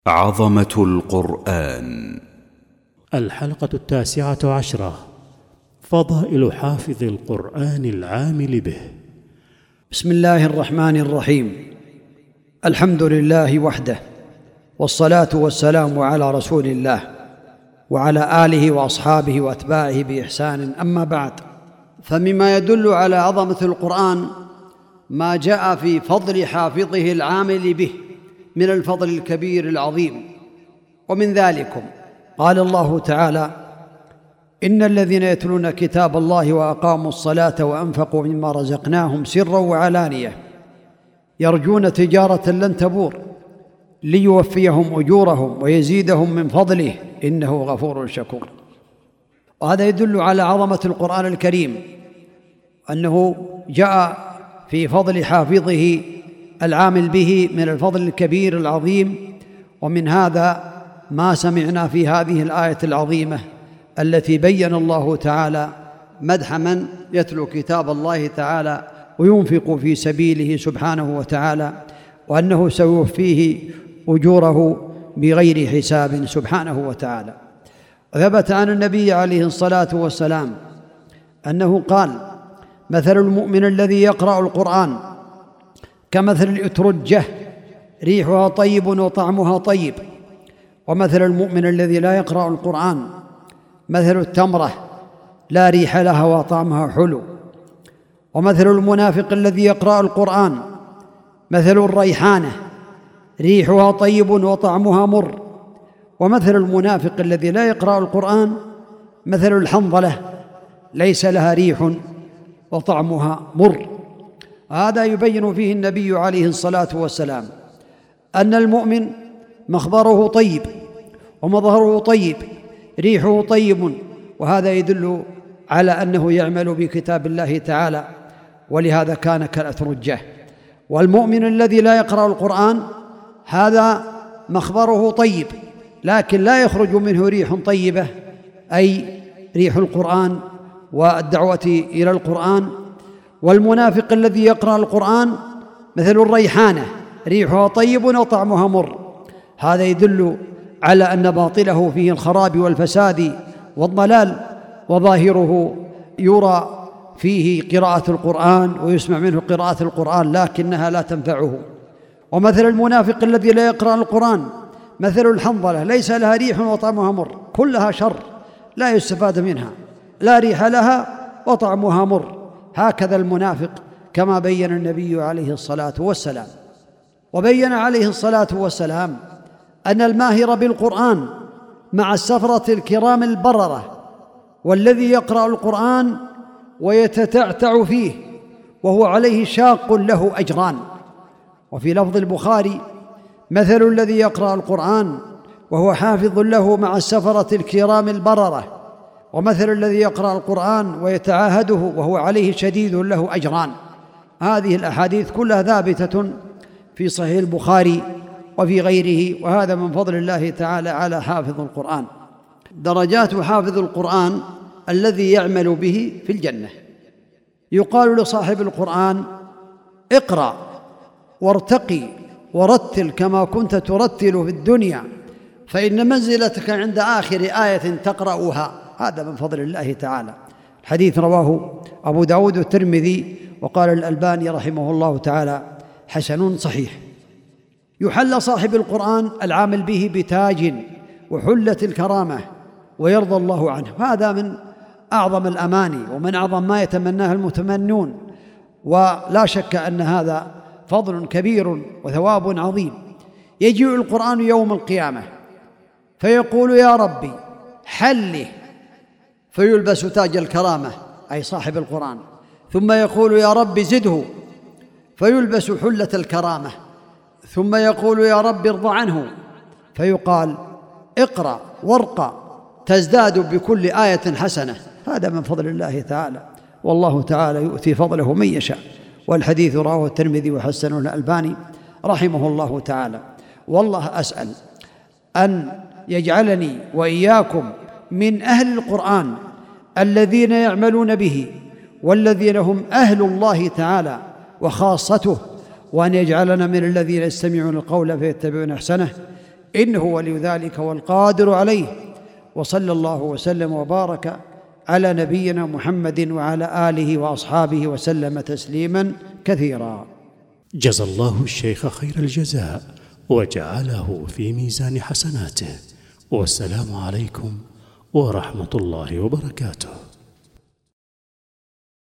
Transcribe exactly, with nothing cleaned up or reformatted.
عظمة القرآن. الحلقة التاسعة عشرة: فضائل حافظ القرآن العامل به. بسم الله الرحمن الرحيم. الحمد لله وحده، والصلاة والسلام على رسول الله وعلى آله وأصحابه وأتباعه بإحسان. أما بعد، فمما يدل على عظمة القرآن ما جاء في فضل حافظه العامل به من الفضل الكبير العظيم. ومن ذلكم قال الله تعالى: إن الذين يتلون كتاب الله وأقاموا الصلاة وأنفقوا مما رزقناهم سرا وعلانية يرجون تجارة لن تبور ليوفيهم أجورهم ويزيدهم من فضله إنه غفور شكور. وهذا يدل على عظمة القرآن الكريم، أنه جاء في فضل حافظه العامل به من الفضل الكبير العظيم. ومن هذا ما سمعنا في هذه الآية العظيمة التي بين الله تعالى مدح من يتلو كتاب الله تعالى وينفق في سبيله سبحانه وتعالى، وأنه سيوفيه أجوره بغير حساب سبحانه وتعالى. وثبت عن النبي عليه الصلاة والسلام أنه قال: مثل المؤمن الذي يقرأ القرآن كمثل الأترجة ريحها طيب وطعمها طيب، ومثل المؤمن الذي لا يقرأ القرآن مثل التمرة لا ريح لها وطعمها حلو، ومثل المنافق الذي يقرأ القرآن مثل الريحانة ريحها طيب وطعمها مر، ومثل المنافق الذي لا يقرأ القرآن مثل الحنظلة ليس لها ريح وطعمها مر. هذا يبين فيه النبي عليه الصلاة والسلام أن المؤمن مخبره طيب ومظهره طيب ريحه طيب، وهذا يدل على أنه يعمل بكتاب الله تعالى، ولهذا كان كالأترجة. والمؤمن الذي لا يقرأ القرآن هذا مخبره طيب لكن لا يخرج منه ريح طيبة، أي ريح القرآن والدعوة إلى القرآن. والمنافق الذي يقرأ القرآن مثل الريحانة ريحها طيب وطعمها مر. هذا يدل على أن باطله فيه الخراب والفساد والضلال، وظاهره يرى فيه قراءة القرآن ويسمع منه قراءة القرآن لكنها لا تنفعه. ومثل المنافق الذي لا يقرأ القرآن مثل الحنظلة ليس لها ريح وطعمها مر، كلها شر لا يستفاد منها، لا ريح لها وطعمها مر. هكذا المنافق كما بين النبي عليه الصلاة والسلام. وبين عليه الصلاة والسلام أن الماهر بالقرآن مع السفرة الكرام البررة والذي يقرأ القرآن ويتتعتع فيه وهو عليه شاق له أجران. وفي لفظ البخاري: مثل الذي يقرأ القرآن وهو حافظ له مع السفرة الكرام البررة، ومثل الذي يقرأ القرآن ويتعاهده وهو عليه شديد له أجران. هذه الأحاديث كلها ثابتة في صحيح البخاري وفي غيره، وهذا من فضل الله تعالى على حافظ القرآن. درجات حافظ القرآن الذي يعمل به في الجنة. يقال لصاحب القرآن: اقرأ وارتقي ورتل كما كنت ترتل في الدنيا فإن منزلتك عند آخر آية تقرأها. هذا من فضل الله تعالى. الحديث رواه أبو داود والترمذي، وقال الألباني رحمه الله تعالى: حسن صحيح. يحل صاحب القرآن العامل به بتاج وحلة الكرامة ويرضى الله عنه. هذا من أعظم الأماني ومن أعظم ما يتمناه المتمنون، ولا شك أن هذا فضل كبير وثواب عظيم. يجيء القرآن يوم القيامة فيقول: يا ربي حله، فيلبس تاج الكرامة أي صاحب القرآن، ثم يقول: يا رب زده، فيلبس حلة الكرامة، ثم يقول: يا رب ارضى عنه، فيقال: اقرأ وارقى تزداد بكل آية حسنة. هذا من فضل الله تعالى، والله تعالى يؤتي فضله من يشاء. والحديث رواه الترمذي وحسنه الألباني رحمه الله تعالى. والله أسأل أن يجعلني وإياكم من أهل القرآن الذين يعملون به، والذين هم أهل الله تعالى وخاصته، وأن يجعلنا من الذين يستمعون القول فيتبعون أحسنه. إنه ولي ذلك والقادر عليه. وصلى الله وسلم وبارك على نبينا محمد وعلى آله وأصحابه وسلم تسليما كثيرا. جزى الله الشيخ خير الجزاء وجعله في ميزان حسناته. والسلام عليكم ورحمة الله وبركاته.